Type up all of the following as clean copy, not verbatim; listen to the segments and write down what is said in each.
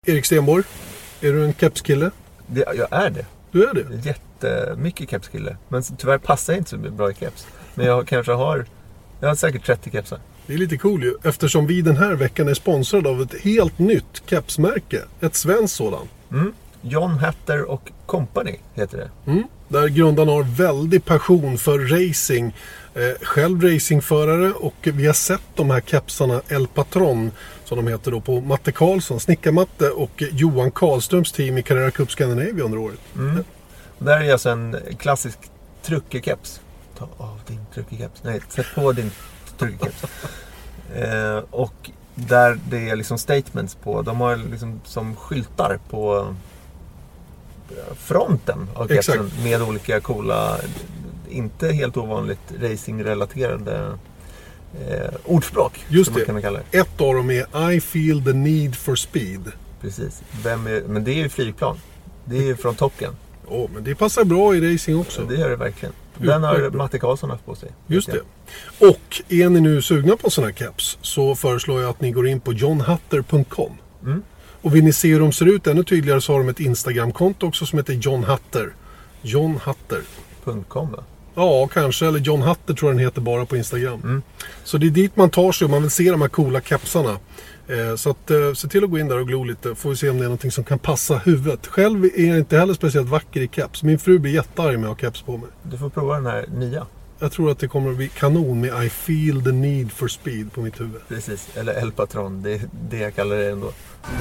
Erik Stenborg, är du en kepskille? Jag är det. Du är det? Jättemycket kepskille. Men tyvärr passar jag inte så bra i keps. Men jag har säkert 30 kepsar. Det är lite cool ju, eftersom vi den här veckan är sponsrade av ett helt nytt kepsmärke. Ett svenskt sådant. John Hatter och Company heter det. Där grundaren har väldigt passion för racing. Själv racingförare, och vi har sett de här kepsarna El Patron, som de heter då, på Matte Karlsson, Snickarmatte och Johan Karlströms team i Carrera Cup Scandinavia under året. Där är alltså en klassisk truckerkeps. Ta av din truckerkeps. Nej, sätt på din truckerkeps. Och där det är liksom statements på. De har liksom som skyltar på fronten av kepsen. Exakt. Med olika coola, inte helt ovanligt racingrelaterade ordspråk. Just det. Man kan kalla det. Ett av dem är I feel the need for speed. Precis. Men det är ju flygplan. Det är ju från Top Gun. Men det passar bra i racing också. Det gör det verkligen. Den har Matte Karlsson haft på sig. Just det. Och är ni nu sugna på sådana här caps, så föreslår jag att ni går in på johnhatter.com. Och vill ni se hur de ser ut ännu tydligare, så har de ett Instagram-konto också som heter John Hatter. John Hatter.com va? Ja, kanske. Eller John Hatter tror jag den heter bara på Instagram. Så det är dit man tar sig om man vill se de här coola capsarna. Så att se till att gå in där och glo lite. Får vi se om det är någonting som kan passa huvudet. Själv är jag inte heller speciellt vacker i caps. Min fru blir jättearg med att ha caps på mig. Du får prova den här nya. Jag tror att det kommer att bli kanon med I feel the need for speed på mitt huvud. Precis, eller El Patron. Det är det jag kallar det ändå.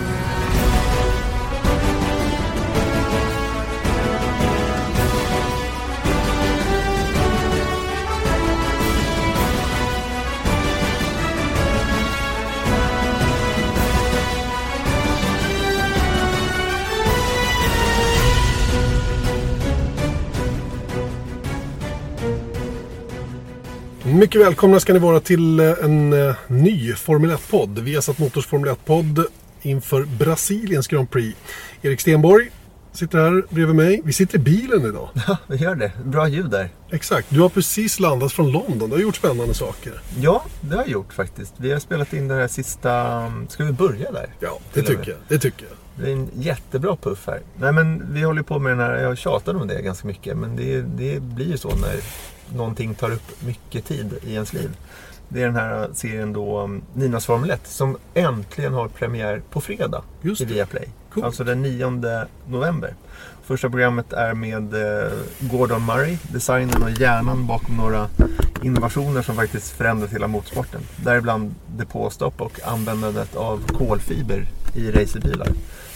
Mycket välkomna ska ni vara till en ny Formel 1-podd. Vi har satt Motors Formel 1-podd inför Brasiliens Grand Prix. Erik Stenborg sitter här bredvid mig. Vi sitter i bilen idag. Ja, vi gör det. Bra ljud där. Exakt. Du har precis landat från London. Du har gjort spännande saker. Ja, det har jag gjort faktiskt. Vi har spelat in den här sista... Ska vi börja där? Ja, det tycker jag. Det är en jättebra puff här. Nej, men vi håller på med den här... Jag tjatade om det ganska mycket. Men det blir ju så när någonting tar upp mycket tid i ens liv. Det är den här serien då, Ninas Formel 1, som äntligen har premiär på fredag i Viaplay. Cool. Alltså den 9 november. Första programmet är med Gordon Murray, designen och hjärnan bakom några innovationer som faktiskt förändrat hela motorsporten. Däribland depåstopp och användandet av kolfiber i racerbilar.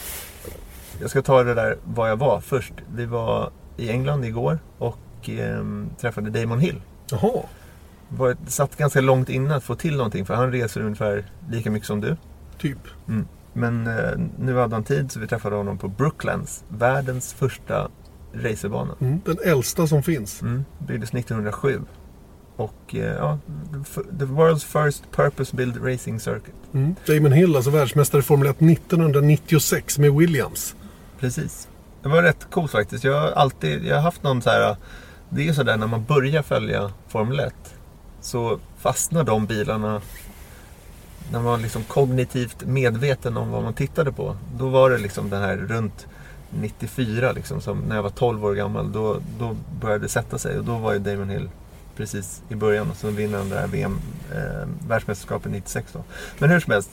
Jag ska ta det där vad jag var först. Vi var i England igår och träffade Damon Hill. Jaha. Satt ganska långt innan att få till någonting, för han reser ungefär lika mycket som du. Typ. Men nu hade han tid, så vi träffade honom på Brooklands, världens första racerbana. Den äldsta som finns. Byggdes 1907. Och the world's first purpose-built racing circuit. Damon Hill, alltså världsmästare i Formel 1 1996 med Williams. Precis. Det var rätt coolt faktiskt. Jag har haft någon så här... Det är så där när man börjar följa Formel 1, så fastnar de bilarna när man liksom kognitivt medveten om vad man tittade på. Då var det liksom den här runt 94 liksom, som när jag var 12 år gammal, då började det sätta sig, och då var ju Damon Hill precis i början, och så vinner han det här världsmästerskapet 96 då. Men hur som helst,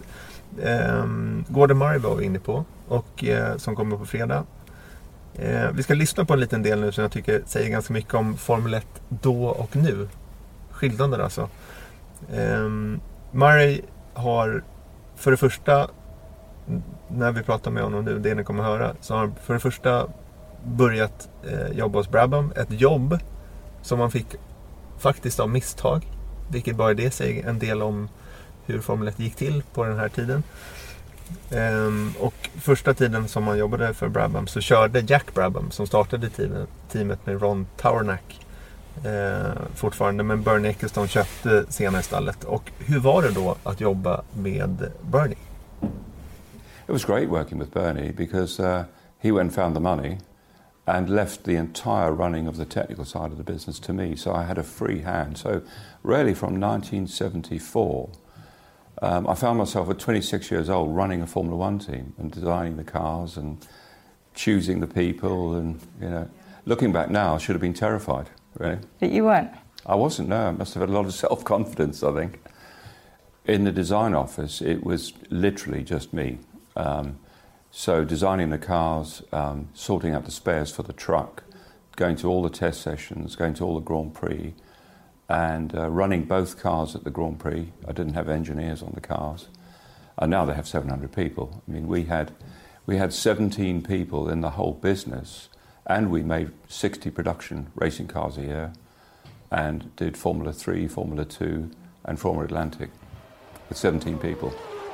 Gordon Murray var vi inne på, och som kommer på fredag. Vi ska lyssna på en liten del nu som jag tycker säger ganska mycket om Formel 1 då och nu. Skillnader alltså. Murray har för det första, när vi pratar med honom nu, det ni kommer höra, så har han för det första börjat jobba hos Brabham. Ett jobb som han fick faktiskt av misstag. Vilket bara det säger en del om hur Formel 1 gick till på den här tiden. Och första tiden som han jobbade för Brabham så körde Jack Brabham, som startade teamet med Ron Tauranac fortfarande, men Bernie Ecclestone köpte senare stallet. Och hur var det då att jobba med Bernie? It was great working with Bernie because he went and found the money and left the entire running of the technical side of the business to me, so I had a free hand. So really from 1974 I found myself at 26 years old running a Formula One team and designing the cars and choosing the people, and looking back now, I should have been terrified, really. But you weren't? I wasn't, no. I must have had a lot of self-confidence, I think. In the design office, it was literally just me. So designing the cars, sorting out the spares for the truck, going to all the test sessions, going to all the Grand Prix, and running both cars at the Grand Prix. I didn't have engineers on the cars. And now they have 700 people. I mean, we had 17 people in the whole business, and we made 60 production racing cars a year and did Formula 3, Formula 2 and Formula Atlantic with 17 people.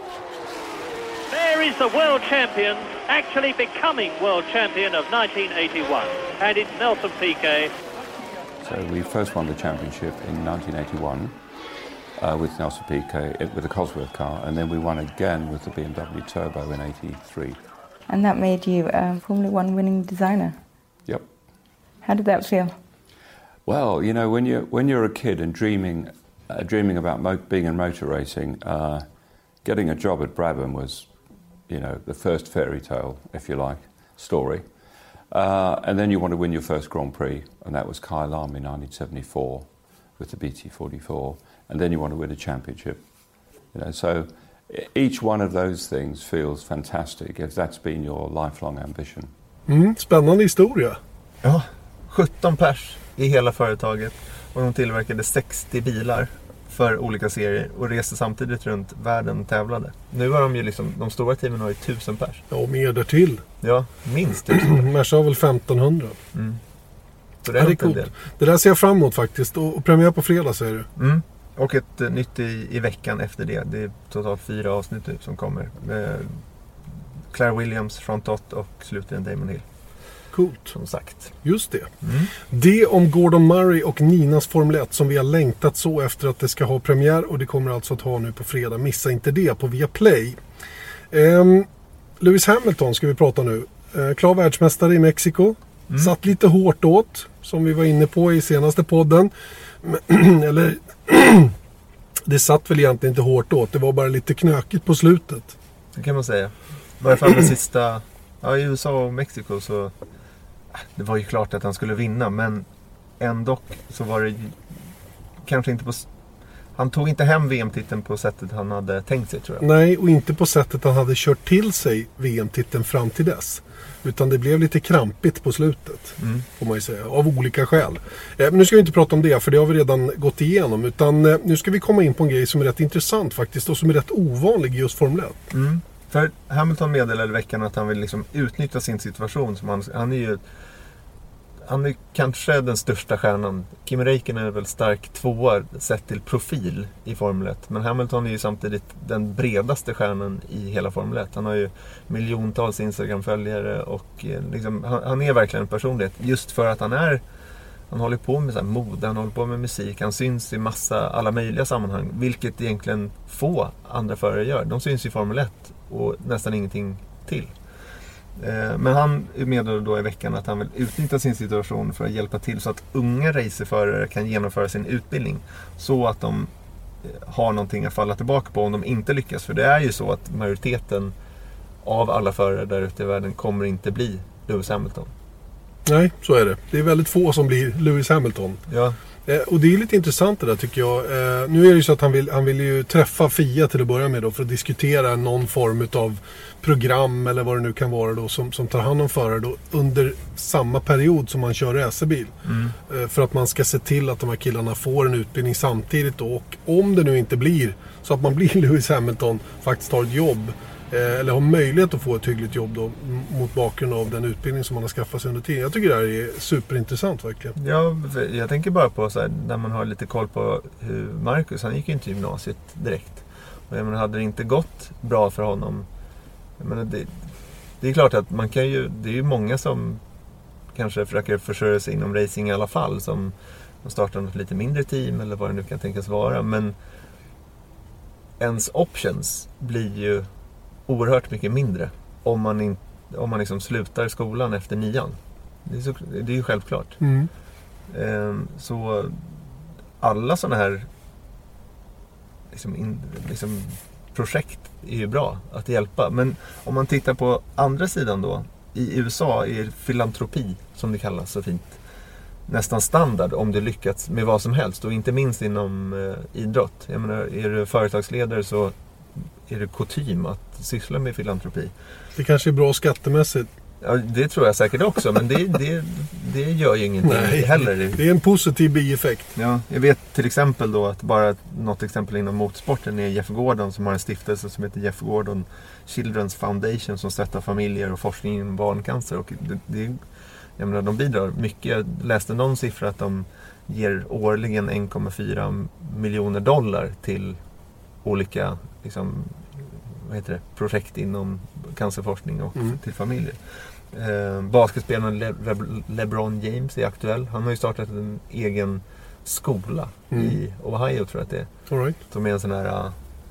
There is the world champion, actually becoming world champion of 1981, and it's Nelson Piquet. So we first won the championship in 1981 with Nelson Piquet with the Cosworth car, and then we won again with the BMW Turbo in '83. And that made you a Formula One winning designer? Yep. How did that feel? Well, when you're a kid and dreaming about being in motor racing, getting a job at Brabham was, the first fairy tale, if you like, story. And then you want to win your first Grand Prix, and that was Kyle Lam in 1974 with the BT44. And then you want to win a championship. So each one of those things feels fantastic if that's been your lifelong ambition. Spännande historia. Ja, 17 pers i hela företaget, och de tillverkade 60 bilar för olika serier och reste samtidigt runt världen och tävlade. Nu har de ju de stora teamen har ju 1000 pers. Ja, och mer därtill. Ja, minst 1000. Merca har väl 1500. Så det är inte coolt. Det där ser jag fram emot faktiskt. Och premiär på fredag, säger du? Och ett nytt i veckan efter det. Det är totalt 4 avsnitt som kommer. Claire Williams, Frontot och slutligen Damon Hill. Coolt. Som sagt. Just det. Det om Gordon Murray och Ninas Formel 1 som vi har längtat så efter att det ska ha premiär, och det kommer alltså att ha nu på fredag. Missa inte det på Viaplay. Lewis Hamilton ska vi prata nu. Klar världsmästare i Mexiko. Satt lite hårt åt, som vi var inne på i senaste podden. Eller det satt väl egentligen inte hårt åt. Det var bara lite knökigt på slutet. Det kan man säga. I varje fall det sista. Ja, i USA och Mexiko så det var ju klart att han skulle vinna, men ändå så var det kanske inte på. Han tog inte hem VM-titeln på sättet han hade tänkt sig, tror jag. Nej, och inte på sättet han hade kört till sig VM-titeln fram till dess. Utan det blev lite krampigt på slutet, får man ju säga, av olika skäl. Men nu ska vi inte prata om det, för det har vi redan gått igenom. Utan nu ska vi komma in på en grej som är rätt intressant faktiskt, och som är rätt ovanlig i just Formel 1. För Hamilton meddelade i veckan att han vill utnyttja sin situation. Som han är kanske den största stjärnan. Kimi Räikkönen är väl stark 2 sett till profil i Formel 1. Men Hamilton är ju samtidigt den bredaste stjärnan i hela Formel 1. Han har ju miljontals Instagram-följare och han är verkligen en personlighet. Just för att han håller på med mode, han håller på med musik, han syns i alla möjliga sammanhang. Vilket egentligen få andra förare gör. De syns i Formel 1 och nästan ingenting till. Men han meddelade då i veckan att han vill utnyttja sin situation för att hjälpa till så att unga racerförare kan genomföra sin utbildning, så att de har någonting att falla tillbaka på om de inte lyckas. För det är ju så att majoriteten av alla förare där ute i världen kommer inte bli Lewis Hamilton. Nej, så är det. Det är väldigt få som blir Lewis Hamilton. Ja. Och det är lite intressant det där, tycker jag. Nu är det ju så att han vill ju träffa FIA till att börja med då, för att diskutera någon form av program eller vad det nu kan vara då, som tar hand om förare då, under samma period som man kör racerbil. För att man ska se till att de här killarna får en utbildning samtidigt då. Och om det nu inte blir så att man blir Lewis Hamilton, faktiskt har ett jobb eller har möjlighet att få ett hyggligt jobb då, mot bakgrund av den utbildning som man har skaffat sig under tiden. Jag tycker det här är superintressant verkligen. Ja, jag tänker bara på så här, när man har lite koll på hur Marcus, han gick ju inte i gymnasiet direkt. Och jag menar, hade det inte gått bra för honom, jag menar, det är klart att man kan ju, det är ju många som kanske försöker försörja sig inom racing i alla fall, som startar något lite mindre team eller vad det nu kan tänkas vara, men ens options blir ju oerhört mycket mindre om man slutar skolan efter 9. Det är ju självklart. Så alla sådana här projekt är ju bra att hjälpa. Men om man tittar på andra sidan då, i USA är filantropi, som det kallas så fint, nästan standard om du lyckats med vad som helst, och inte minst inom idrott. Jag menar, är du företagsledare så är det kutym att syssla med filantropi. Det kanske är bra skattemässigt. Ja, det tror jag säkert också, men det gör ju ingenting heller. Det är en positiv bieffekt. Ja, jag vet till exempel då att bara något exempel inom motorsporten är Jeff Gordon som har en stiftelse som heter Jeff Gordon Children's Foundation som stöttar familjer och forskning inom barncancer. Och jag menar, de bidrar mycket. Jag läste någon siffra att de ger årligen 1,4 miljoner dollar till olika liksom, projekt inom cancerforskning och till familjer. Basketspelaren LeBron James är aktuell. Han har ju startat en egen skola i Ohio, tror jag att det är. All right. Som är en sån här,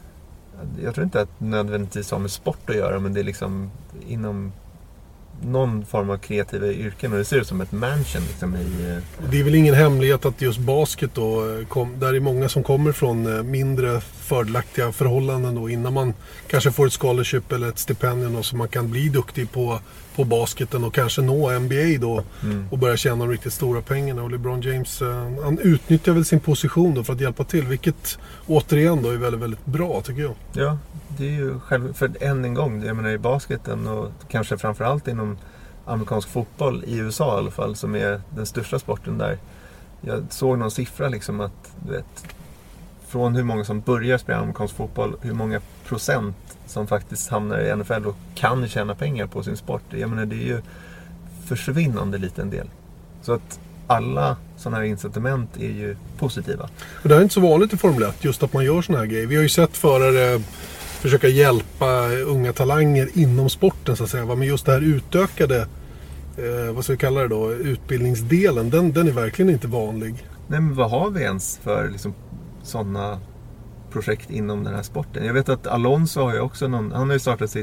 jag tror inte att nödvändigtvis har med sport att göra, men det är liksom inom någon form av kreativa yrken, och det ser ut som ett mansion liksom Det är väl ingen hemlighet att just basket då, där är många som kommer från mindre fördelaktiga förhållanden då, innan man kanske får ett scholarship eller ett stipendium då, så man kan bli duktig på basketen och kanske nå NBA då och börja tjäna de riktigt stora pengarna. Och LeBron James, han utnyttjar väl sin position då för att hjälpa till, vilket återigen då är väldigt, väldigt bra, tycker jag. Ja, det är ju för än en gång, jag menar i basketen och kanske framförallt inom amerikansk fotboll i USA i alla fall, som är den största sporten där. Jag såg någon siffra liksom att, du vet, från hur många som börjar spela amerikansk fotboll, hur många procent som faktiskt hamnar i NFL och kan tjäna pengar på sin sport. Jag menar, det är ju försvinnande liten del. Så att alla sådana här incitament är ju positiva. Och det är inte så vanligt i Formel 1, just att man gör sådana här grejer. Vi har ju sett förare försöka hjälpa unga talanger inom sporten så att säga. Men just det här utökade, vad ska vi kalla det då, utbildningsdelen, den är verkligen inte vanlig. Nej, men vad har vi ens för liksom sådana projekt inom den här sporten? Jag vet att Alonso har ju också han har ju startat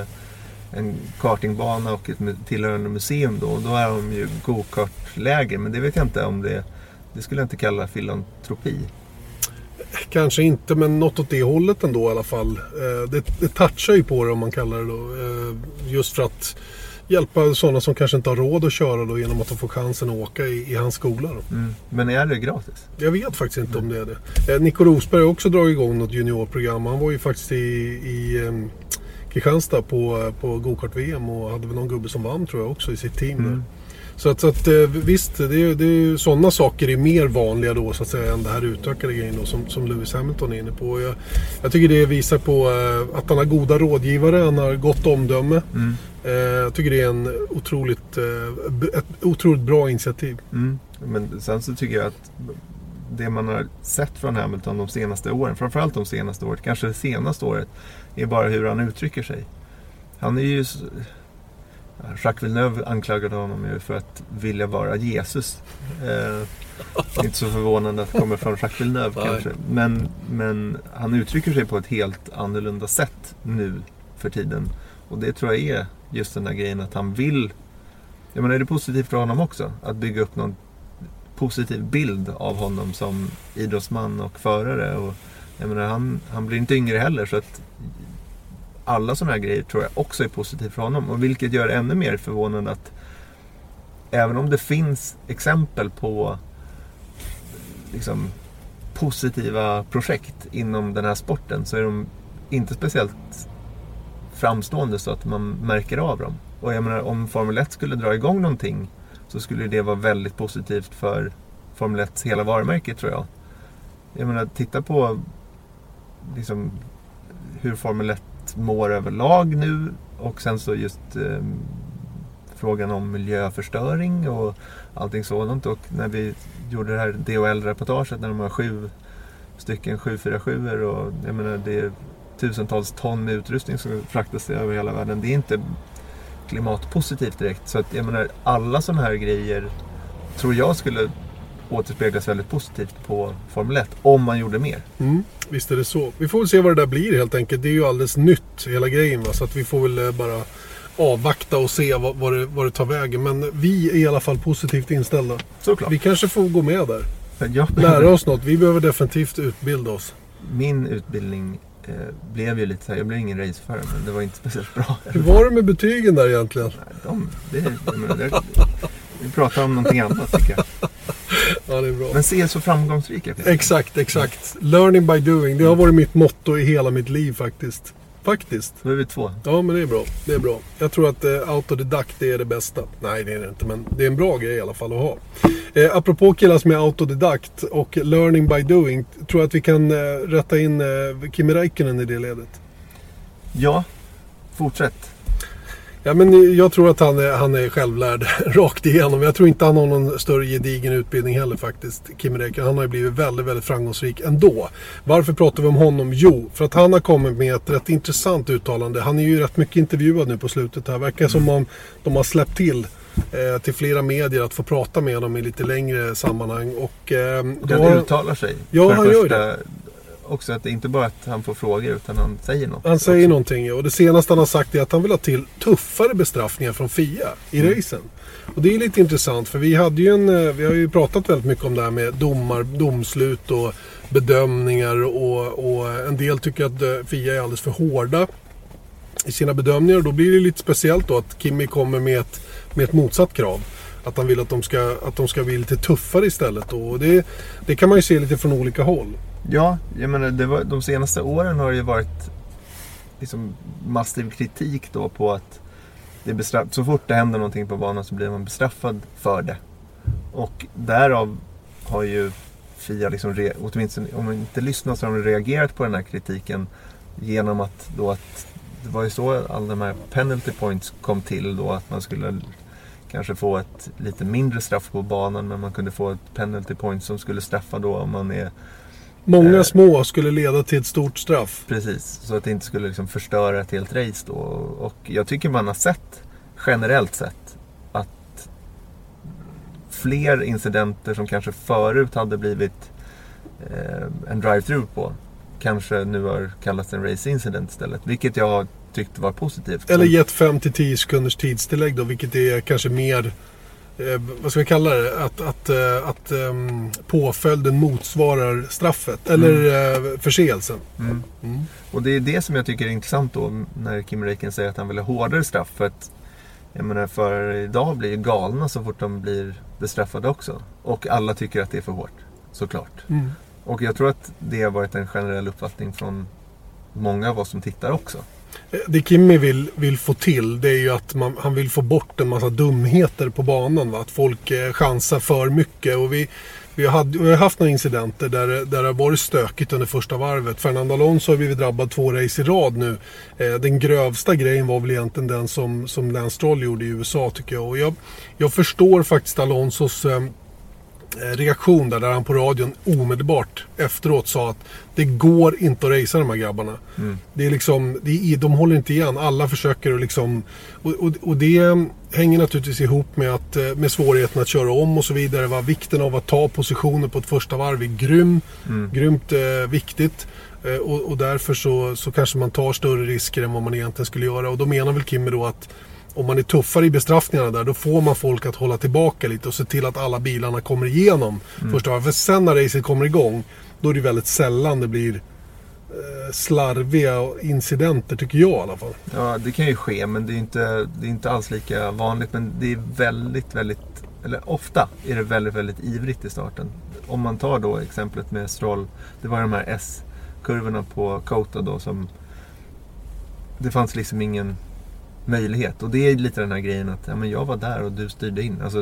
en kartingbana och ett tillhörande museum då. Och då är de ju go-kartläger, men det vet jag inte om det skulle jag inte kalla filantropi. Kanske inte, men något åt det hållet ändå i alla fall. Det touchar ju på det, om man kallar det då. Just för att hjälpa sådana som kanske inte har råd att köra då, genom att de får chansen att åka i hans skola då. Men är det gratis? Jag vet faktiskt inte om det är det. Nico Rosberg har också dragit igång något juniorprogram. Han var ju faktiskt i Kristianstad på go-kart-VM och hade väl någon gubbe som vann, tror jag, också i sitt team där. Så att visst, det är sådana saker är mer vanliga då, så att säga, än det här utökade grejen då, som Lewis Hamilton är inne på. Jag tycker det visar på att han har goda rådgivare, han har gott omdöme. Jag tycker det är ett otroligt bra initiativ. Men sen så tycker jag att det man har sett från Hamilton de senaste åren, framförallt de senaste året, kanske det senaste året, är bara hur han uttrycker sig. Han är ju... Jacques Villeneuve anklagade honom ju för att vilja vara Jesus. Inte så förvånande att det kommer från Jacques Villeneuve kanske. Men han uttrycker sig på ett helt annorlunda sätt nu för tiden. Och det tror jag är just den här grejen att han vill... Jag menar, är det positivt för honom också? Att bygga upp någon positiv bild av honom som idrottsman och förare. Och jag menar, han blir inte yngre heller, så att alla sådana här grejer tror jag också är positivt för honom. Och vilket gör det ännu mer förvånande att även om det finns exempel på liksom positiva projekt inom den här sporten, så är de inte speciellt framstående så att man märker av dem. Och jag menar, om Formel 1 skulle dra igång någonting, så skulle det vara väldigt positivt för Formel 1 hela varumärket, tror jag. Jag menar, titta på liksom hur Formel 1 mår överlag nu, och sen så just frågan om miljöförstöring och allting sådant. Och när vi gjorde det här DHL-reportaget, när de har 7 stycken 747 och jag menar, det är tusentals ton med utrustning som fraktas över hela världen. Det är inte klimatpositivt direkt. Så att jag menar, alla sådana här grejer tror jag skulle återspeglas väldigt positivt på Formel 1 om man gjorde mer. Visst är det så. Vi får väl se vad det där blir helt enkelt. Det är ju alldeles nytt hela grejen, va? Så att vi får väl bara avvakta och se vad det tar vägen. Men vi är i alla fall positivt inställda. Såklart. Vi kanske får gå med där. Lära oss något. Vi behöver definitivt utbilda oss. Min utbildning blev ju lite så här, jag blev ingen raceförare, men det var inte speciellt bra. Hur var det med betygen där egentligen? Vi pratar om någonting annat tycker jag. Ja, det är bra. Men se så framgångsrika. Exakt. Learning by doing. Det har varit mitt motto i hela mitt liv faktiskt. Då är vi 2. Ja, men det är bra. Jag tror att autodidakt är det bästa. Nej, det är det inte, men det är en bra grej i alla fall att ha. Apropå killar som är autodidakt och learning by doing, tror jag att vi kan rätta in Kimi Räikkönen i det ledet. Ja, fortsätt. Ja, men jag tror att han är självlärd rakt igenom. Jag tror inte han har någon större gedigen utbildning heller faktiskt, Kimi Räikkönen. Han har ju blivit väldigt, väldigt framgångsrik ändå. Varför pratar vi om honom? Jo, för att han har kommit med ett rätt intressant uttalande. Han är ju rätt mycket intervjuad nu på slutet här. Verkar som om de har släppt till flera medier att få prata med dem i lite längre sammanhang. Och han uttalar sig. Ja, han gör det. Också att det inte bara att han får frågor utan han säger något. Han säger någonting, ja. Och det senaste han har sagt är att han vill ha till tuffare bestraffningar från FIA i racen. Och det är lite intressant för vi har ju pratat väldigt mycket om det här med domslut och bedömningar och en del tycker att FIA är alldeles för hårda i sina bedömningar. Och då blir det lite speciellt då att Kimi kommer med ett motsatt krav. Att han vill att de ska bli lite tuffare istället. Och det kan man ju se lite från olika håll. Ja, jag menar, de senaste åren har det ju varit liksom massiv kritik då på att så fort det händer någonting på banan så blir man bestraffad för det. Och därav har ju FIA liksom åtminstone om man inte lyssnar så har de reagerat på den här kritiken genom att det var ju så alla de här penalty points kom till då, att man skulle kanske få ett lite mindre straff på banan, men man kunde få ett penalty point som skulle straffa då om man är många små skulle leda till ett stort straff. Precis, så att det inte skulle liksom förstöra ett helt race då. Och jag tycker man har sett, generellt sett, att fler incidenter som kanske förut hade blivit en drive-through på, kanske nu har kallats en race incident istället. Vilket jag tyckte var positivt. Eller gett 5-10 sekunders tidstillägg då, vilket är kanske mer... vad ska vi kalla det? Att påföljden motsvarar straffet. Eller förseelsen. Och det är det som jag tycker är intressant då, när Kimi Räikkönen säger att han vill ha hårdare straff. För att, jag menar, för idag blir ju galna så fort de blir bestraffade också. Och alla tycker att det är för hårt, såklart. Och jag tror att det har varit en generell uppfattning från många av oss som tittar också. Det Kimi vill få till, det är ju att han vill få bort en massa dumheter på banan. Va? Att folk chansar för mycket. Och vi har haft några incidenter där det har varit stökigt under första varvet. Fernando Alonso har blivit drabbad 2 race i rad nu. Den grövsta grejen var väl egentligen den som Lance Stroll gjorde i USA, tycker jag. Och jag förstår faktiskt Alonsos reaktion där han på radion omedelbart efteråt sa att det går inte att racea de här grabbarna. Det är liksom, de håller inte igen. Alla försöker att liksom, och det hänger naturligtvis ihop med svårigheten att köra om och så vidare. Va? Vikten av att ta positioner på ett första varv är grymt viktigt. Och därför så kanske man tar större risker än vad man egentligen skulle göra. Och då menar väl Kimi då att om man är tuffare i bestraffningarna där, då får man folk att hålla tillbaka lite och se till att alla bilarna kommer igenom första varvet. För sen när racet kommer igång, då är det väldigt sällan det blir slarviga incidenter, tycker jag i alla fall. Ja, det kan ju ske, men det är inte alls lika vanligt. Men det är väldigt, eller ofta är det väldigt, väldigt ivrigt i starten. Om man tar då exemplet med Stroll, det var de här S-kurvorna på Kota då som det fanns liksom ingen möjlighet. Och det är lite den här grejen att men jag var där och du styrde in. Alltså,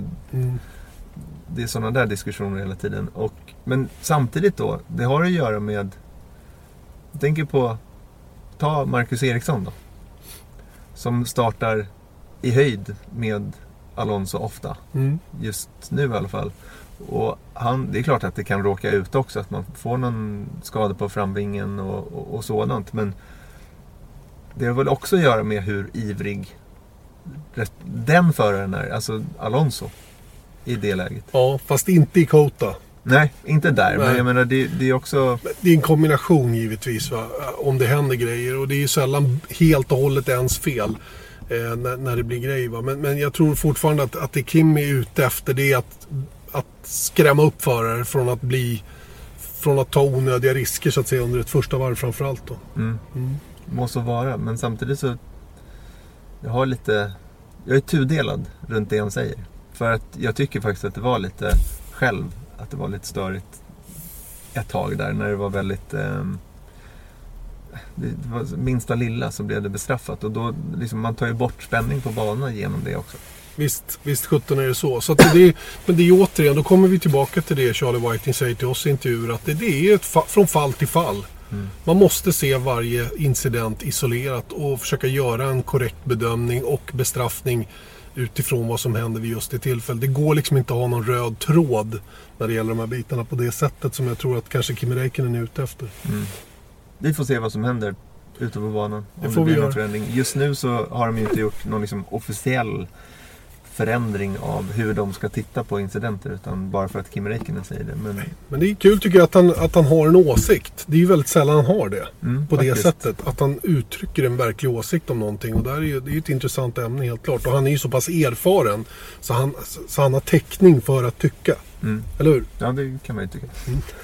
det är sådana där diskussioner hela tiden. Men samtidigt då, det har att göra med, jag tänker på, ta Marcus Ericsson då, som startar i höjd med Alonso ofta. Just nu i alla fall. Och det är klart att det kan råka ut också, att man får någon skada på framvingen och sådant. Men det har väl också att göra med hur ivrig den föraren är, alltså Alonso, i det läget. Ja, fast inte i Kota. Nej, inte där. Nej. Men jag menar, det är också... Det är en kombination givetvis, va? Om det händer grejer. Och det är ju sällan helt och hållet ens fel när det blir grejer. Va? Men jag tror fortfarande att det Kim är ute efter, det är att skrämma upp förare från att bli från att ta onödiga risker så att säga under ett första varv framförallt då. Måste vara, men samtidigt så jag är tudelad runt det han säger. För att jag tycker faktiskt att det var lite att det var lite störigt ett tag där när det var väldigt det var minsta lilla så blev det bestraffat och då liksom, man tar ju bort spänning på banan genom det också. Visst 17 är det så. Så att men det är återigen, då kommer vi tillbaka till det Charlie Whiting säger till oss i intervjuer, att det är från fall till fall. Man måste se varje incident isolerat och försöka göra en korrekt bedömning och bestraffning utifrån vad som händer vid just det tillfället. Det går liksom inte att ha någon röd tråd när det gäller de här bitarna på det sättet som jag tror att kanske Kimi Räikkönen är ute efter. Vi får se vad som händer ute på banan. Det får vi göra. Förändring. Just nu så har de ju inte gjort någon liksom officiell förändring av hur de ska titta på incidenter utan bara för att Kimi Räikkönen säger det. Men det är kul tycker jag att han har en åsikt. Det är ju väldigt sällan han har det på faktiskt. Det sättet. Att han uttrycker en verklig åsikt om någonting och det är ju ett intressant ämne helt klart. Och han är ju så pass erfaren så han har täckning för att tycka. Eller hur? Ja, det kan man ju tycka.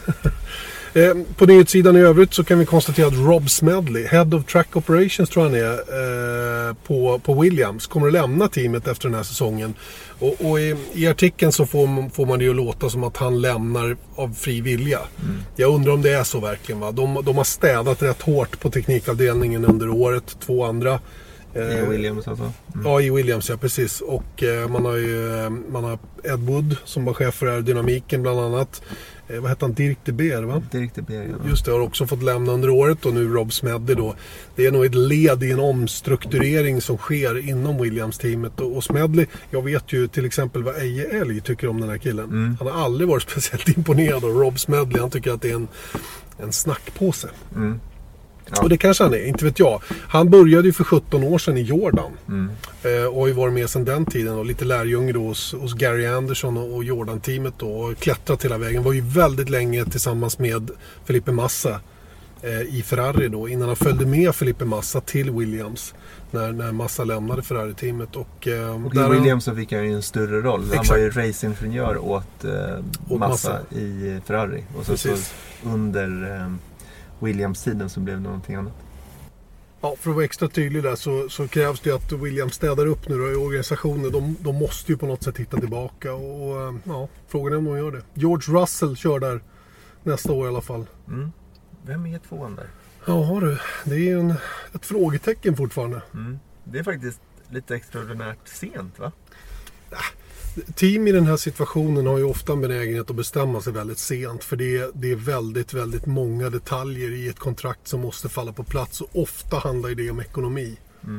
På nyhetssidan i övrigt så kan vi konstatera att Rob Smedley, Head of Track Operations tror han är, på Williams, kommer att lämna teamet efter den här säsongen. Och i artikeln så får man det ju låta som att han lämnar av fri vilja. Jag undrar om det är så verkligen. Va? De har städat rätt hårt på teknikavdelningen under året, 2 andra. I Williams alltså? Ja, i Williams, ja precis. Och man har Ed Wood som var chef för aerodynamiken bland annat. Vad heter han? Dirk de Beer, va? Dirk de Beer, ja. Just det, har också fått lämna under året och nu Rob Smedley då. Det är nog ett led i en omstrukturering som sker inom Williams-teamet. Och Smedley, jag vet ju till exempel vad Eje Elg tycker om den här killen. Han har aldrig varit speciellt imponerad av Rob Smedley. Han tycker att det är en snackpåse. Ja. Och det kanske han är, inte vet jag. Han började ju för 17 år sedan i Jordan. Och har ju varit med sedan den tiden. Och lite lärjunge då hos Gary Anderson och Jordan-teamet då. Och klättrat hela vägen. Var ju väldigt länge tillsammans med Felipe Massa i Ferrari då. Innan han följde med Felipe Massa till Williams. När Massa lämnade Ferrari-teamet. Och i Williams så fick han ju en större roll. Han var ju racingingenjör åt Massa i Ferrari. Och så under Williams-tiden så blev det någonting annat. Ja, för att vara extra tydlig där så krävs det att Williams städar upp nu då i organisationen. De måste ju på något sätt hitta tillbaka. Och ja, frågan är om de gör det. George Russell kör där nästa år i alla fall. Vem är 2an där? Ja du, det är ju ett frågetecken fortfarande. Det är faktiskt lite extraordinärt sent, va? Team i den här situationen har ju ofta en benägenhet att bestämma sig väldigt sent. För det är väldigt, väldigt många detaljer i ett kontrakt som måste falla på plats. Och ofta handlar det om ekonomi.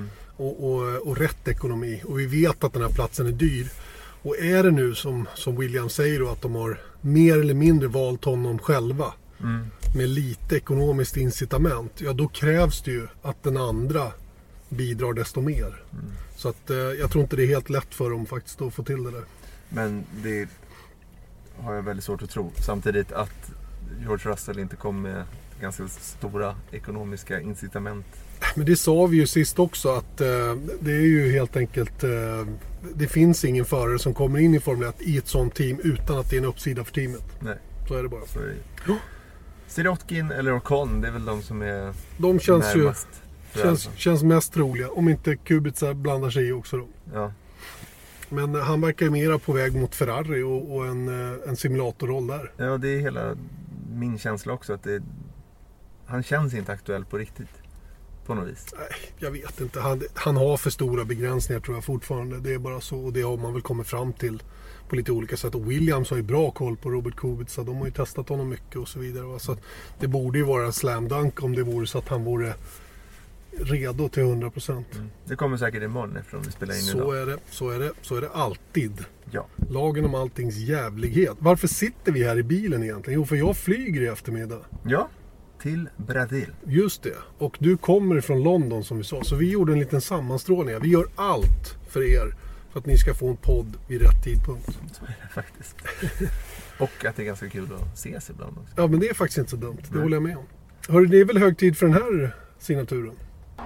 Och rätt ekonomi. Och vi vet att den här platsen är dyr. Och är det nu som William säger då, att de har mer eller mindre valt honom själva. Med lite ekonomiskt incitament. Ja, då krävs det ju att den andra bidrar desto mer. Så att jag tror inte det är helt lätt för dem faktiskt att få till det där. Men det har jag väldigt svårt att tro. Samtidigt att George Russell inte kom med ganska stora ekonomiska incitament. Men det sa vi ju sist också att det är ju helt enkelt det finns ingen förare som kommer in i Formel 1 i ett sånt team utan att det är en uppsida för teamet. Nej. Så är det bara. Så är det. Sirotkin eller Ocon, det är väl de som är de känns närmast. Känns mest troliga. Om inte Kubica blandar sig i också då. Ja. Men han verkar ju mera på väg mot Ferrari och en simulatorroll där. Ja, det är hela min känsla också. Att han känns inte aktuell på riktigt. På något vis. Nej, jag vet inte. Han har för stora begränsningar tror jag fortfarande. Det är bara så. Och det har man väl kommit fram till på lite olika sätt. Och Williams har ju bra koll på Robert Kubica. De har ju testat honom mycket och så vidare. Va? Så att det borde ju vara en slam dunk om det vore så att han vore redo till 100%. Det kommer säkert imorgon eftersom vi spelar in idag. Så är det alltid. Ja. Lagen om alltings jävlighet. Varför sitter vi här i bilen egentligen? Jo, för jag flyger i eftermiddag. Ja, till Brasil. Just det. Och du kommer från London som vi sa. Så vi gjorde en liten sammanstrålning. Vi gör allt för er för att ni ska få en podd vid rätt tidpunkt. Så är det faktiskt. Och att det är ganska kul att ses ibland också. Ja, men det är faktiskt inte så dumt. Det håller jag med om. Hörru, det är väl hög tid för den här signaturen.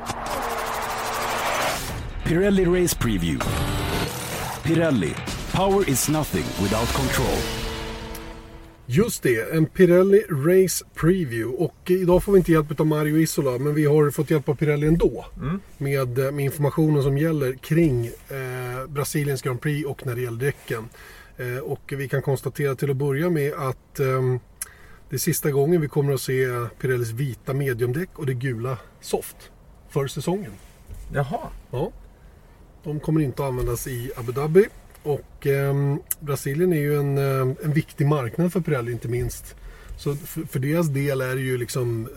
Pirelli Race Preview. Pirelli. Power is nothing without control. Just det, en Pirelli Race Preview. Och idag får vi inte hjälp av Mario Isola, men vi har fått hjälp av Pirelli ändå. Med informationen som gäller kring Brasiliens Grand Prix och när det gäller däcken. Och vi kan konstatera till att börja med att det är sista gången vi kommer att se Pirellis vita mediumdäck och det gula soft för säsongen. Jaha. Ja. De kommer inte att användas i Abu Dhabi. Och Brasilien är ju en viktig marknad för Pirelli inte minst. Så för deras del är det ju liksom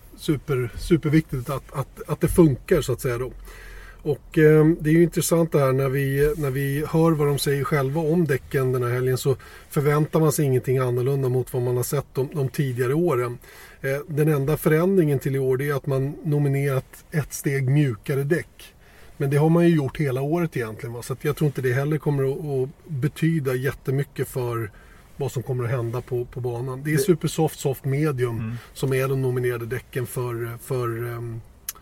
superviktigt att det funkar så att säga då. Och det är ju intressant det här när vi hör vad de säger själva om däcken den här helgen, så förväntar man sig ingenting annorlunda mot vad man har sett de tidigare åren. Den enda förändringen till i år är att man nominerat ett steg mjukare däck. Men det har man ju gjort hela året egentligen. Va? Så att jag tror inte det heller kommer att betyda jättemycket för vad som kommer att hända på banan. Det är Supersoft Medium som är de nominerade däcken för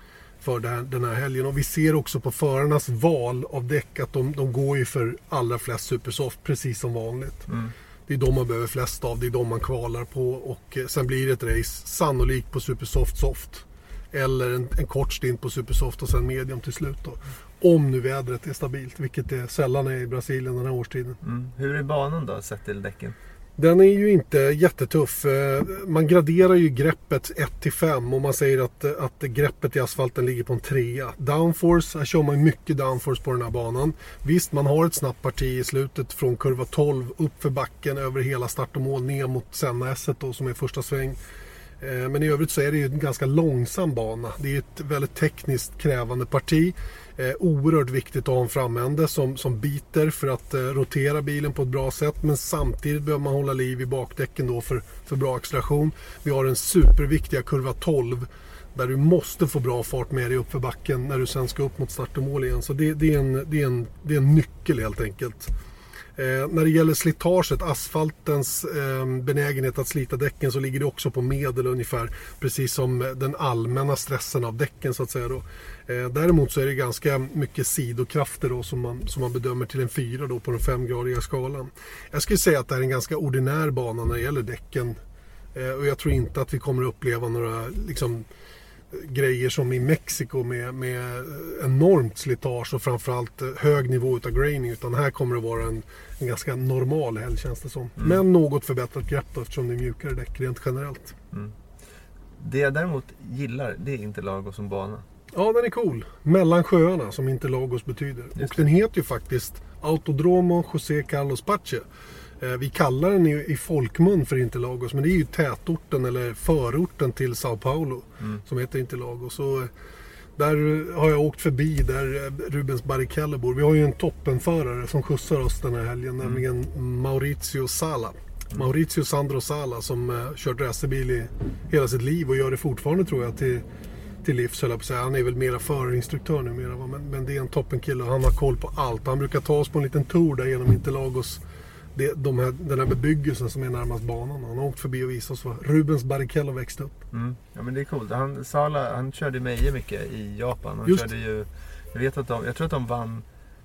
den här helgen. Och vi ser också på förarnas val av däck att de går ju för allra flest Supersoft precis som vanligt. Det är de man behöver flest av, det är de man kvalar på, och sen blir det ett race sannolikt på Supersoft. Eller en kort stint på Supersoft och sen medium till slut då. Om nu vädret är stabilt, vilket det sällan är i Brasilien den här årstiden. Hur är banan då sett till däcken? Den är ju inte jättetuff. Man graderar ju greppet 1-5 och man säger att greppet i asfalten ligger på en 3. Downforce, här kör man mycket downforce på den här banan. Visst, man har ett snabbt parti i slutet från kurva 12 upp för backen över hela start och mål ner mot Senna-esset då, som är första sväng. Men i övrigt så är det ju en ganska långsam bana. Det är ett väldigt tekniskt krävande parti. Oerhört viktigt att ha en framände som biter för att rotera bilen på ett bra sätt. Men samtidigt behöver man hålla liv i bakdäcken då för bra acceleration. Vi har den superviktiga kurva 12 där du måste få bra fart med dig upp för backen när du sen ska upp mot start och mål igen. Så det är en nyckel helt enkelt. När det gäller slitaget, asfaltens benägenhet att slita däcken, så ligger det också på medel ungefär, precis som den allmänna stressen av däcken så att säga då. Däremot så är det ganska mycket sidokrafter då som man bedömer till en 4 då på den 5-gradiga skalan. Jag skulle säga att det är en ganska ordinär bana när det gäller däcken, och jag tror inte att vi kommer att uppleva några liksom grejer som i Mexiko med enormt slitage och framförallt hög nivå utav graining, utan här kommer det vara en ganska normal helg känns det som. Men något förbättrat grepp då, eftersom det är mjukare däck rent generellt. Det jag däremot gillar, det är Interlagos som bana. Ja, den är cool. Mellan sjöarna som Interlagos betyder. Och den heter ju faktiskt Autodromo José Carlos Pache. Vi kallar den i folkmun för Interlagos, men det är ju tätorten eller förorten till Sao Paulo som heter Interlagos. Så där har jag åkt förbi där Rubens Barrichello bor. Vi har ju en toppenförare som skjutsar oss den här helgen, nämligen Mauricio Sandro Sala, som kört racerbil i hela sitt liv och gör det fortfarande tror jag till livs, höll jag på att säga. Han är väl mera förarinstruktör numera, men det är en toppenkille och han har koll på allt. Han brukar ta oss på en liten tour där genom Interlagos, den här bebyggelsen som är närmast banan. Han har åkt förbi och visat oss var Rubens Barrichello växte upp. Ja, men det är coolt. Han körde Meije mycket i Japan. Jag tror att de vann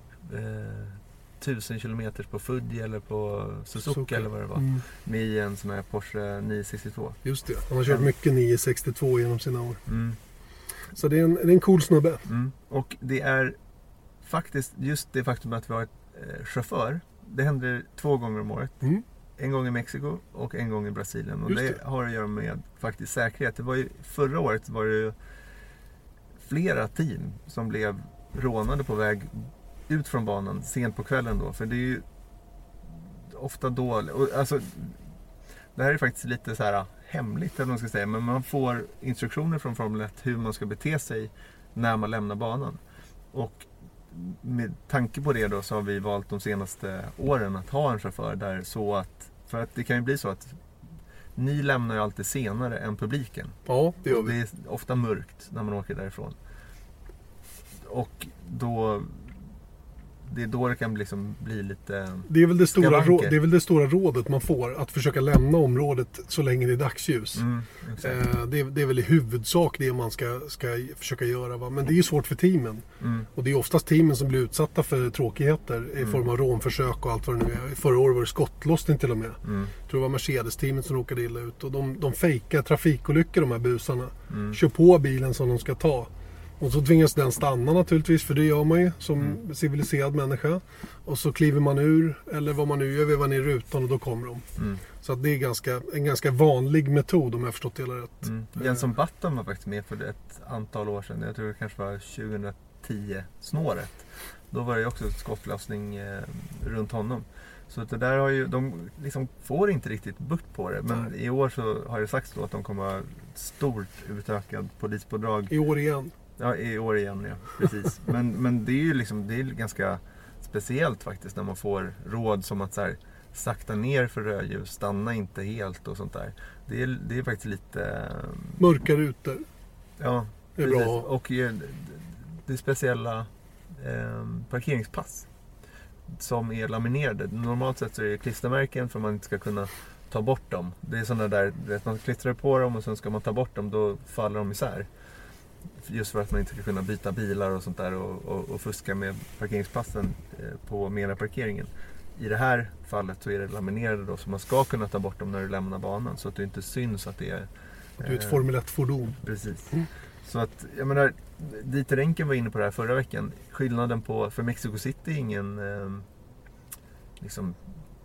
1000 kilometer på Fuji eller på Suzuki eller vad det var. Med en sån här Porsche 962. Just det. Han har kört mycket 962 genom sina år. Så det är en cool snubbe. Och det är faktiskt just det faktum att vi har ett chaufför. Det händer 2 gånger om året. En gång i Mexiko och en gång i Brasilien. Och det har att göra med faktiskt säkerhet. Förra året var det ju flera team som blev rånade på väg ut från banan sent på kvällen då. För det är ju ofta då... Alltså, det här är faktiskt lite så här hemligt eller vad man ska säga. Men man får instruktioner från Formel 1 hur man ska bete sig när man lämnar banan. Och med tanke på det då så har vi valt de senaste åren att ha en chaufför där, så att, för att det kan ju bli så att ni lämnar ju alltid senare än publiken. Ja, det gör vi. Det är ofta mörkt när man åker därifrån. Och då det är då det kan liksom bli lite... Det är väl skavanker. det är väl det stora rådet man får, att försöka lämna området så länge det är dagsljus. Det är väl i huvudsak det man ska försöka göra. Va? Men det är ju svårt för teamen. Och det är oftast teamen som blir utsatta för tråkigheter i form av rånförsök och allt vad det nu är. Förra året var det skottlossning till och med. Jag tror det var Mercedes-teamet som råkade illa ut. Och de fejkar trafikolyckor, de här busarna. Kör på bilen som de ska ta. Och så tvingas den stanna naturligtvis, för det gör man ju som civiliserad människa. Och så kliver man ur, eller vad man nu gör, vevar ner rutan och då kommer de. Så att det är en ganska vanlig metod, om jag har förstått det hela rätt. Jenson Button var faktiskt med för ett antal år sedan. Jag tror det kanske var 2010-snåret. Då var det ju också skottlossning runt honom. Så att det där har ju, de liksom får inte riktigt bukt på det. Men i år så har det sagts då att de kommer ha stort utökad polispådrag. I år igen. Ja, i år igen, ja. Precis. Men det är ju liksom, det är ganska speciellt faktiskt när man får råd som att så här, sakta ner för rödljus, stanna inte helt och sånt där. Det är faktiskt lite... Mörka rutor. Ja, det är precis. bra. Och det är speciella parkeringspass som är laminerade. Normalt sett så är det klistermärken för att man inte ska kunna ta bort dem. Det är sådana där, att man klistrar på dem och sen ska man ta bort dem, då faller de isär. Just för att man inte ska kunna byta bilar och sånt där och fuska med parkeringspassen på Mera-parkeringen. I det här fallet så är det laminerade då, så man ska kunna ta bort dem när du lämnar banan så att det inte syns att det är... Du är ett Formel 1-fordon. Precis. Så att, jag menar, Dieter Renken var inne på det här förra veckan. Skillnaden på, för Mexico City är ingen... liksom,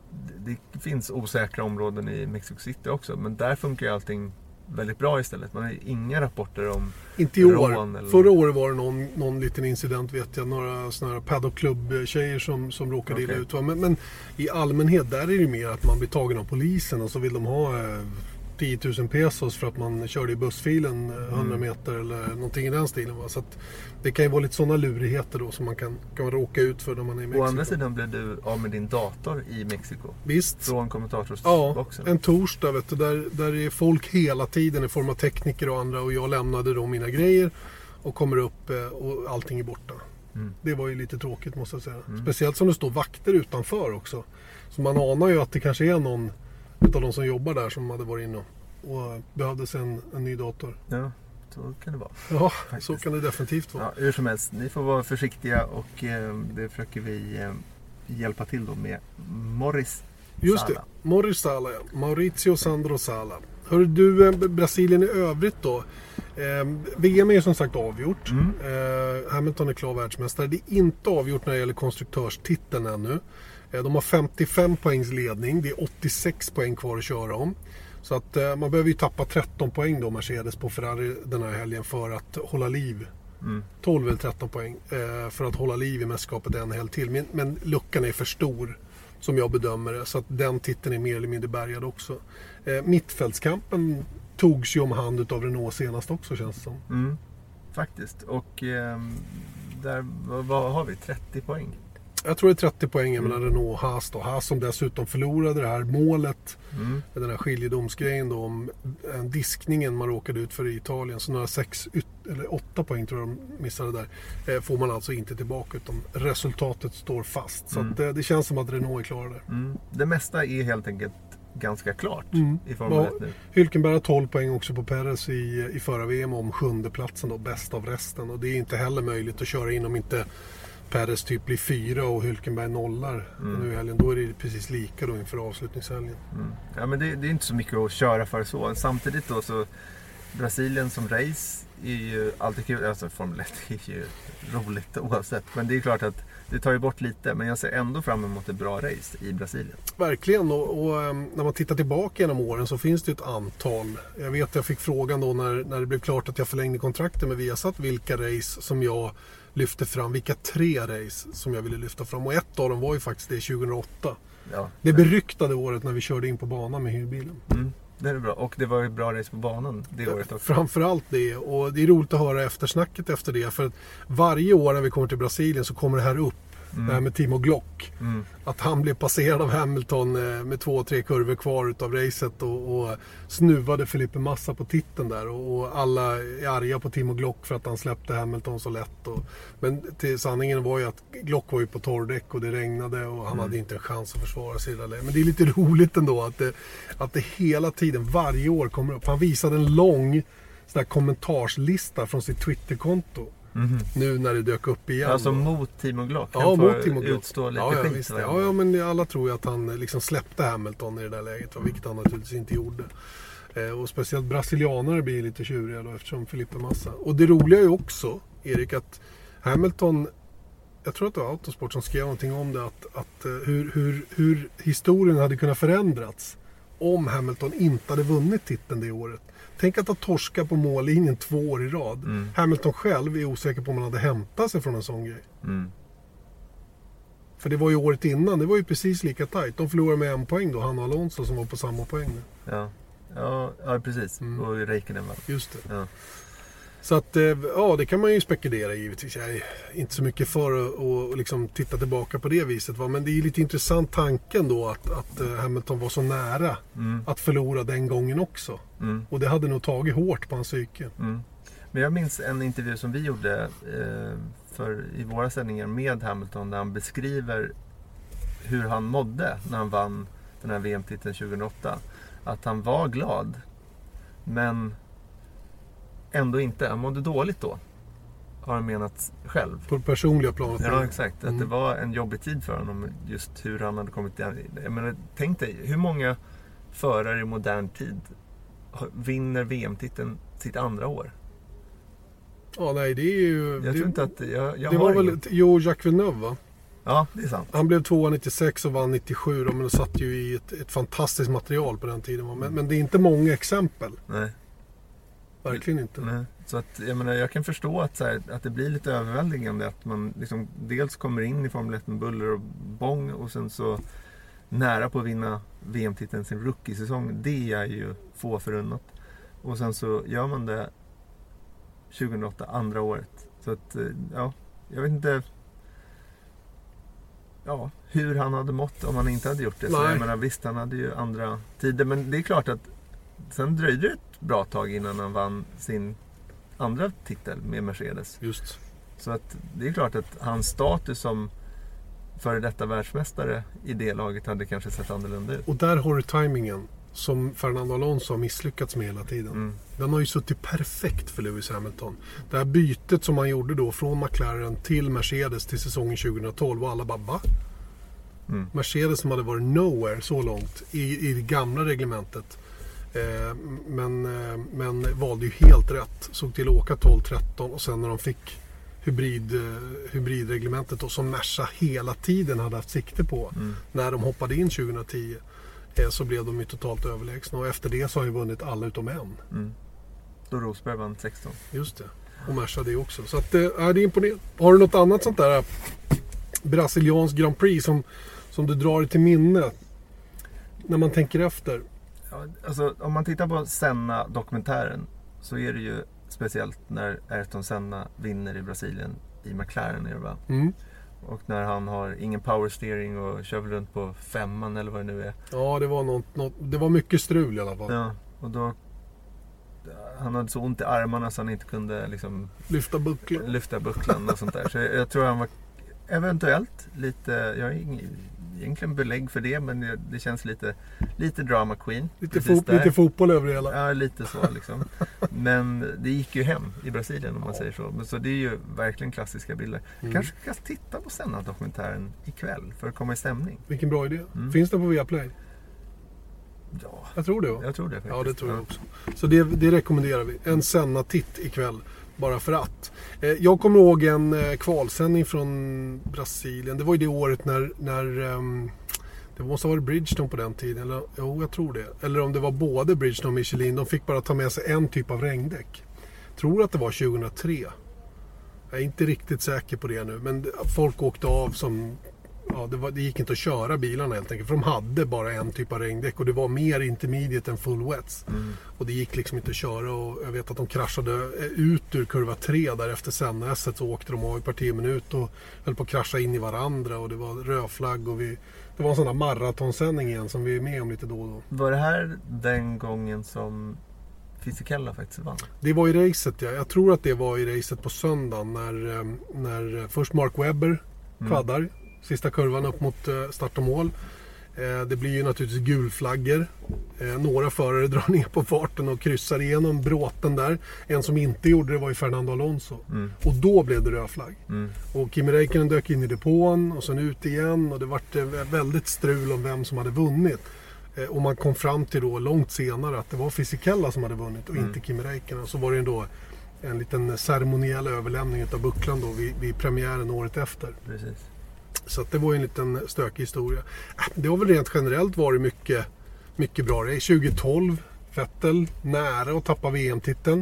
det finns osäkra områden i Mexico City också, men där funkar ju allting väldigt bra istället. Man har inga rapporter om inte i år. Eller... Förra året var det någon liten incident, vet jag. Några såna här paddock-klubb-tjejer som råkade illa ut. Men i allmänhet där är det mer att man blir tagen av polisen och så vill de ha 10 000 pesos för att man körde i bussfilen 100 meter eller någonting i den stilen. Va? Så att det kan ju vara lite sådana lurigheter då som man kan råka ut för när man är i Mexiko. Å andra sidan blev du av med din dator i Mexiko. Visst. Från kommentatorsboxen. Ja, en torsdag vet du, där är folk hela tiden i form av tekniker och andra, och jag lämnade då mina grejer och kommer upp och allting är borta. Det var ju lite tråkigt, måste jag säga. Speciellt som det står vakter utanför också. Så man anar ju att det kanske är någon av de som jobbar där som hade varit inne och behövde sig en ny dator. Ja, så kan det vara. Ja, faktiskt. Så kan det definitivt vara. Ja, hur som helst, ni får vara försiktiga och det försöker vi hjälpa till då med Morris Just Sala. det, Morris Sala, ja. Mauricio Sandro Sala. Hör du, Brasilien i övrigt då? VM är ju som sagt avgjort. Hamilton är klar världsmästare. Det är inte avgjort när det gäller konstruktörstiteln ännu. De har 55 poängs ledning. Det är 86 poäng kvar att köra om. Så att man behöver ju tappa 13 poäng då, Mercedes på Ferrari den här helgen, för att hålla liv. 12 eller 13 poäng för att hålla liv i mästerskapet en helg till. Men luckan är för stor som jag bedömer det. Så att den titeln är mer eller mindre bärgad också. Mittfältskampen togs ju om hand av Renault senast också, känns det som. Faktiskt. Och där, vad har vi? 30 poäng? Jag tror det är 30 poäng mellan Renault och Haas då. Haas som dessutom förlorade det här målet. Den här skiljedomsgrejen då om diskningen man råkade ut för i Italien. Så några 8 poäng tror jag de missade där. Får man alltså inte tillbaka, utan resultatet står fast. Så att, det känns som att Renault är klara där. Det mesta är helt enkelt ganska klart i Formel 1 nu. Hülkenberg har 12 poäng också på Perez i förra VM om 7:e platsen då, bäst av resten. Och det är inte heller möjligt att köra in om inte Perez typ blir 4 och Hülkenberg nollar nu i helgen. Då är det precis lika då inför avslutningshelgen. Ja, men det är inte så mycket att köra för så. Samtidigt då så Brasilien som race är ju alltid kul. Alltså Formel 1 är ju roligt oavsett. Men det är klart att det tar ju bort lite. Men jag ser ändå fram emot ett bra race i Brasilien. Verkligen. Och när man tittar tillbaka genom åren så finns det ett antal. Jag vet att jag fick frågan då när det blev klart att jag förlängde kontrakten med Viasat, vilka race som jag lyfte fram, vilka 3 race som jag ville lyfta fram. Och ett av dem var ju faktiskt det 2008. Ja, det beryktade året när vi körde in på banan med hyrbilen. Det är bra. Och det var ju bra race på banan det året också. Framförallt det. Och det är roligt att höra eftersnacket efter det. För att varje år när vi kommer till Brasilien så kommer det här upp Det här med Timo Glock. Att han blev passerad av Hamilton med 2-3 kurvor kvar utav racet och snuvade Felipe Massa på titeln där. Och alla är arga på Timo Glock för att han släppte Hamilton så lätt. Men till sanningen var ju att Glock var ju på torrdäck och det regnade och han hade inte en chans att försvara sig. Men det är lite roligt ändå att det hela tiden, varje år kommer upp. Han visade en lång sån här kommentarslista från sitt Twitterkonto. Nu när det dök upp igen. Alltså mot Timo Glock. Ja, mot Timo Glock. Utstå lite skit. Visst, ja, men alla tror ju att han liksom släppte Hamilton i det där läget. Vilket han naturligtvis inte gjorde. Och speciellt brasilianare blir lite tjuriga då, eftersom Felipe Massa. Och det roliga är ju också, Erik, att Hamilton, jag tror att det var Autosport som skrev någonting om det, att hur historien hade kunnat förändrats om Hamilton inte hade vunnit titeln det året. Tänk att ha torska på mållinjen 2 år i rad. Hamilton själv är osäker på om han hade hämtat sig från en sån grej. För det var ju året innan, det var ju precis lika tajt. De förlorade med 1 poäng då, han och Alonso som var på samma poäng. Ja, precis. Och Räikkönen, va? Just det. Ja. Så att, ja, det kan man ju spekulera givetvis. Jag är inte så mycket för att liksom titta tillbaka på det viset. Va? Men det är ju lite intressant tanken då att Hamilton var så nära att förlora den gången också. Och det hade nog tagit hårt på hans psyke. Men jag minns en intervju som vi gjorde i våra sändningar med Hamilton där han beskriver hur han mådde när han vann den här VM-titeln 2008. Att han var glad, men ändå inte. Han mådde dåligt då, har han menat själv. På personliga planet. Ja, exakt. Att det var en jobbig tid för honom, just hur han hade kommit där. Jag menar, tänk dig, hur många förare i modern tid vinner VM-titeln sitt andra år? Ja, nej, det är ju... Jag tror inte att... det var väl... Jo, Jacques Villeneuve, va? Ja, det är sant. Han blev 2 96 och vann 97 då, men det satt ju i ett fantastiskt material på den tiden. Men det är inte många exempel. Nej. Verkligen inte. Nej. Så att, jag menar, jag kan förstå att det blir lite överväldigande att man liksom dels kommer in i Formel 1 med buller och bång och sen så nära på att vinna VM-titeln sin rookie-säsong. Det är ju få förunnat. Och sen så gör man det 2008, andra året. Så att, ja, jag vet inte hur han hade mått om han inte hade gjort det. Så jag menar, visst, han hade ju andra tider. Men det är klart att sen dröjde det ett bra tag innan han vann sin andra titel med Mercedes. Just. Så att det är klart att hans status som före detta världsmästare i det laget hade kanske sett annorlunda ut. Och där har du timingen som Fernando Alonso har misslyckats med hela tiden. Den har ju suttit perfekt för Lewis Hamilton. Det här bytet som han gjorde då från McLaren till Mercedes till säsongen 2012 och alla bara va? Mercedes som hade varit nowhere så långt i det gamla reglementet. Men valde ju helt rätt. Såg till att åka 12-13 och sen när de fick hybridreglementet då, som Merca hela tiden hade haft sikte på när de hoppade in 2010, så blev de ju totalt överlägsna och efter det så har ju vunnit alla utom en. Då Rosberg vann 16. Just det. Och Merca det också. Så att, det är imponerande. Har du något annat sånt där brasiliansk Grand Prix som du drar till minne när man tänker efter? Ja, alltså, om man tittar på Senna-dokumentären så är det ju speciellt när Ayrton Senna vinner i Brasilien i McLaren är det, va? Och när han har ingen power steering och kör runt på 5:an eller vad det nu är. Ja, det var det var mycket strul i alla fall. Ja, och då han hade så ont i armarna så han inte kunde liksom lyfta bucklan och sånt där. Så jag tror han var eventuellt lite, jag har egentligen belägg för det, men det känns lite drama queen. Lite fotboll över det hela. Ja, lite så liksom. Men det gick ju hem i Brasilien om man säger så. Men så det är ju verkligen klassiska bilder. Kanske ska titta på Senna-dokumentären ikväll för att komma i stämning. Vilken bra idé. Finns det på Viaplay? Ja. Jag tror det, va? Jag tror det faktiskt. Ja, det tror jag också. Så det rekommenderar vi. En Senna-titt ikväll. Bara för att. Jag kommer ihåg en kvalsändning från Brasilien. Det var ju det året när det måste ha varit Bridgestone på den tiden. Eller, jo, jag tror det. Eller om det var både Bridgestone och Michelin. De fick bara ta med sig en typ av regndäck. Tror att det var 2003. Jag är inte riktigt säker på det nu. Men folk åkte av som det gick inte att köra bilarna helt enkelt. För de hade bara en typ av regndäck och det var mer intermediate än full wets. Och det gick liksom inte att köra och jag vet att de kraschade ut ur kurva 3 där efter Senneset, så åkte de av i par 10 minuter och höll på att krascha in i varandra och det var rödflagg och det var en sån där maratonsändning igen som vi är med om lite då och då. Var det här den gången som Fisichella faktiskt vann? Det var i racet, ja. Jag tror att det var i racet på söndagen när först Mark Webber kvaddar sista kurvan upp mot start och mål. Det blir ju naturligtvis gulflaggor. Några förare drar ner på farten och kryssar igenom bråten där. En som inte gjorde det var ju Fernando Alonso. Och då blev det rödflagg. Och Kimi Räikkönen dök in i depån och sen ut igen. Och det var väldigt strul om vem som hade vunnit. Och man kom fram till då långt senare att det var Fisichella som hade vunnit och inte Kimi Räikkönen. Och så var det ändå en liten ceremoniell överlämning av bucklan då vid premiären året efter. Precis. Så att det var en liten stökig historia. Det har väl rent generellt varit mycket bra. Det är 2012, Vettel nära att tappa VM-titeln.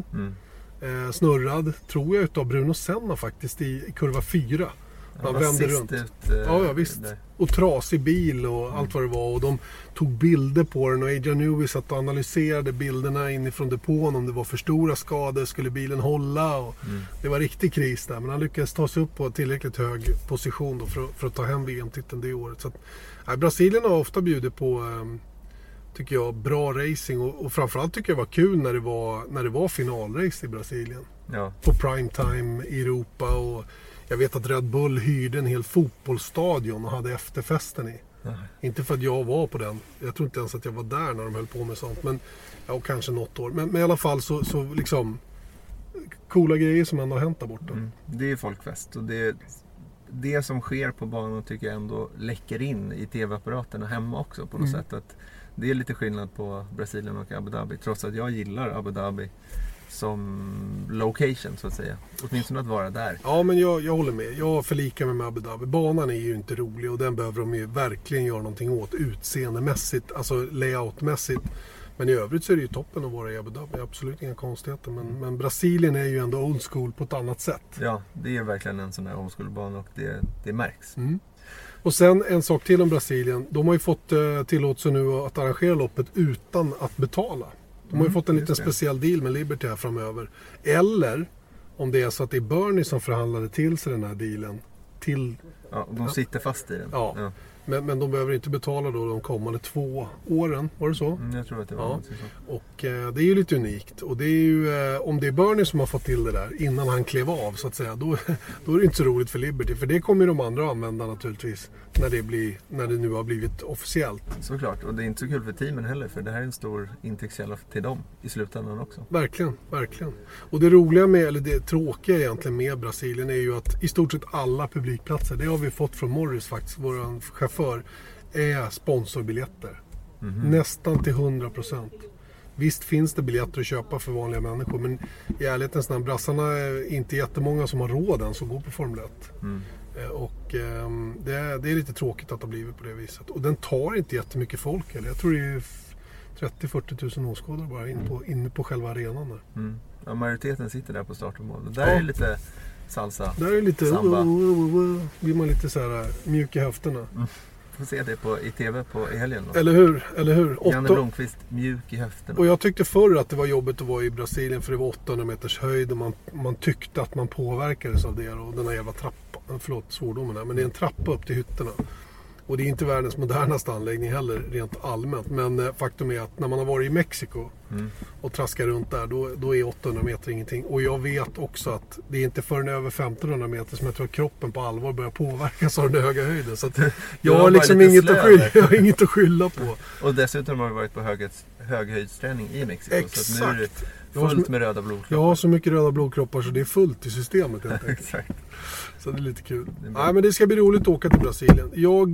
Snurrad, tror jag, utav Bruno Senna faktiskt i kurva 4. Han vände runt. Ja, visst. Och trasig bil och allt vad det var. Och de tog bilder på den och Adrian Newey satt och analyserade bilderna inifrån depån. Om det var för stora skador, skulle bilen hålla? Och det var riktig kris där. Men han lyckades ta sig upp på tillräckligt hög position då för att ta hem VM-titeln det året. Så att, Brasilien har ofta bjudit på tycker jag, bra racing. Och framförallt tycker jag var kul när det var finalrace i Brasilien. Ja. På primetime i Europa och jag vet att Red Bull hyrde en hel fotbollsstadion och hade efterfesten i. Inte för att jag var på den. Jag tror inte ens att jag var där när de höll på med sånt. Men, ja, kanske något år. Men i alla fall så liksom coola grejer som ändå har hänt där borta. Det är folkfest. Och det som sker på banan tycker jag ändå läcker in i tv-apparaterna hemma också på något sätt. Att det är lite skillnad på Brasilien och Abu Dhabi. Trots att jag gillar Abu Dhabi som location så att säga. Åtminstone att vara där. Ja, men jag håller med. Jag förlikar mig med Abu Dhabi. Banan är ju inte rolig och den behöver de ju verkligen göra någonting åt utseendemässigt, alltså layoutmässigt. Men i övrigt så är det ju toppen att vara i Abu Dhabi. Absolut inga konstigheter. Men Brasilien är ju ändå old school på ett annat sätt. Ja, det är verkligen en sån här old school-bana och det märks. Och sen en sak till om Brasilien. De har ju fått tillåtelse nu att arrangera loppet utan att betala. De har ju fått en liten speciell deal med Liberty här framöver. Eller om det är så att det är Bernie som förhandlade till sig den här dealen. Ja, de sitter fast i den. Ja. Men de behöver inte betala då de kommande 2 åren, var det så? Jag tror att det var något så. Och det är ju lite unikt. Och det är ju, om det är Bernie som har fått till det där innan han klev av så att säga, då är det inte så roligt för Liberty. För det kommer de andra att använda naturligtvis när det nu har blivit officiellt. Såklart, och det är inte så kul för teamen heller, för det här är en stor intäktskälla till dem i slutändan också. Verkligen, verkligen. Och det roliga med, eller det tråkiga egentligen med Brasilien är ju att i stort sett alla publikplatser, det har vi fått från Morris faktiskt, vår chaufför, är sponsorbiljetter. Nästan till 100%. Visst finns det biljetter att köpa för vanliga människor, men i ärlighetens namn, brassarna är inte jättemånga som har råd ens att gå på Formel 1. Och det är lite tråkigt att det har blivit på det viset. Och den tar inte jättemycket folk. Eller? Jag tror det är 30-40 000 åskådare bara inne på själva arenan där. Ja, majoriteten sitter där på start och mål. Där är lite salsa. Där är lite samba. Blir man lite så här mjuk i höfterna. Får se det i tv i helgen då. Eller hur? Janne Blomqvist, mjuk i höfterna. Och jag tyckte förr att det var jobbigt att vara i Brasilien för det var 800 meters höjd och man tyckte att man påverkades av det och den här jävla trappan, förlåt svordomen här, men det är en trappa upp till hytterna. Och det är inte världens modernaste anläggning heller rent allmänt. Men faktum är att när man har varit i Mexiko och traskar runt där, då är 800 meter ingenting. Och jag vet också att det är inte förrän över 1500 meter som jag tror att kroppen på allvar börjar påverkas av den höga höjden. Så att jag har liksom inget att skylla på. Och dessutom har vi varit på höghöjdsträning i Mexiko. Exakt. Så att nu är det fullt med röda blodkroppar. Jag har så mycket röda blodkroppar så det är fullt i systemet helt enkelt. Exakt. Så det är lite kul. Nej, men det ska bli roligt att åka till Brasilien.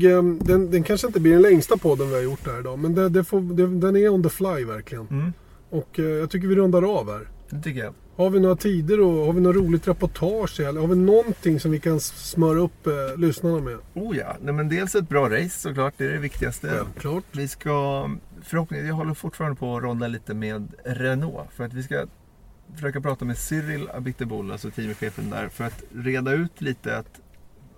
Den kanske inte blir den längsta podden vi har gjort här idag. Men den är on the fly verkligen. Och jag tycker vi rundar av här. Det tycker jag. Har vi några tider och har vi något roligt reportage? Eller har vi någonting som vi kan smöra upp lyssnarna med? Oh ja, nej, men dels ett bra race såklart. Det är det viktigaste. Självklart. Vi ska förhoppningsvis, jag håller fortfarande på att ronda lite med Renault. För att vi ska försöka prata med Cyril Abiteboul, alltså teamchefen där, för att reda ut lite att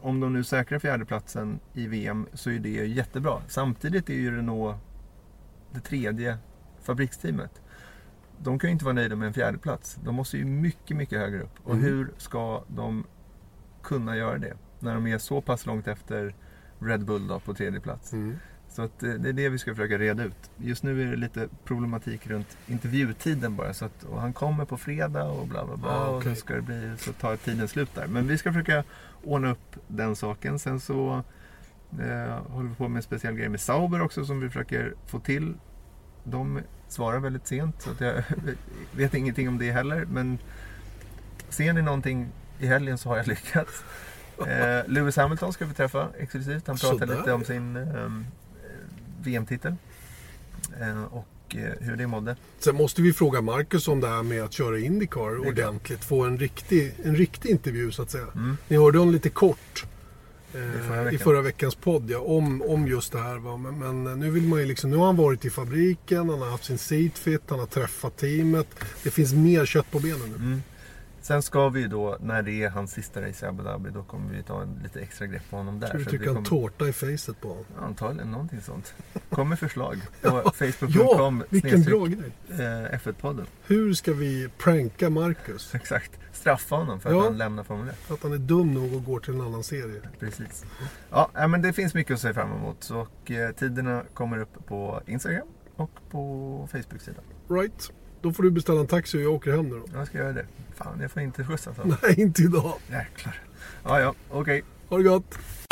om de nu säkrar fjärdeplatsen i VM så är det jättebra. Samtidigt är ju Renault det tredje fabriksteamet. De kan ju inte vara nöjda med en fjärdeplats. De måste ju mycket, mycket högre upp. Och hur ska de kunna göra det när de är så pass långt efter Red Bull då, på tredje plats? Så att det är det vi ska försöka reda ut. Just nu är det lite problematik runt intervjutiden bara. Så att, och han kommer på fredag och bla bla bla. Och så ska det bli, så tar tiden slut där. Men vi ska försöka ordna upp den saken. Sen så håller vi på med en speciell grej med Sauber också som vi försöker få till. De svarar väldigt sent så att jag vet ingenting om det heller. Men ser ni någonting i helgen så har jag lyckats. Lewis Hamilton ska vi träffa exklusivt. Han pratar lite om sin VM-titel och hur det mådde. Sen måste vi fråga Marcus om det här med att köra IndyCar ordentligt. Få en riktig intervju så att säga. Ni hörde om lite kort i förra veckans podd om just det här. Va? Men nu vill man ju liksom, nu har han varit i fabriken, han har haft sin seatfit, han har träffat teamet. Det finns mer kött på benen nu. Sen ska vi då, när det är hans sista race i Abu Dhabi, då kommer vi ta en lite extra grepp på honom där. Ska du trycka en tårta i facet på honom? Antagligen, någonting sånt. Kommer förslag på facebook.com vilken bra grej. F1-podden. Hur ska vi pranka Marcus? Exakt. Straffa honom för att han lämnar Formel 1. För att han är dum nog och går till en annan serie. Precis. Ja, men det finns mycket att se fram emot. Och tiderna kommer upp på Instagram och på Facebook-sidan. Right. Då får du beställa en taxi och jag åker hem nu då. Jag ska göra det. Fan, jag får inte skjuts alltså. Nej, inte idag. Jäklar. Ja, okej. Ha det gott.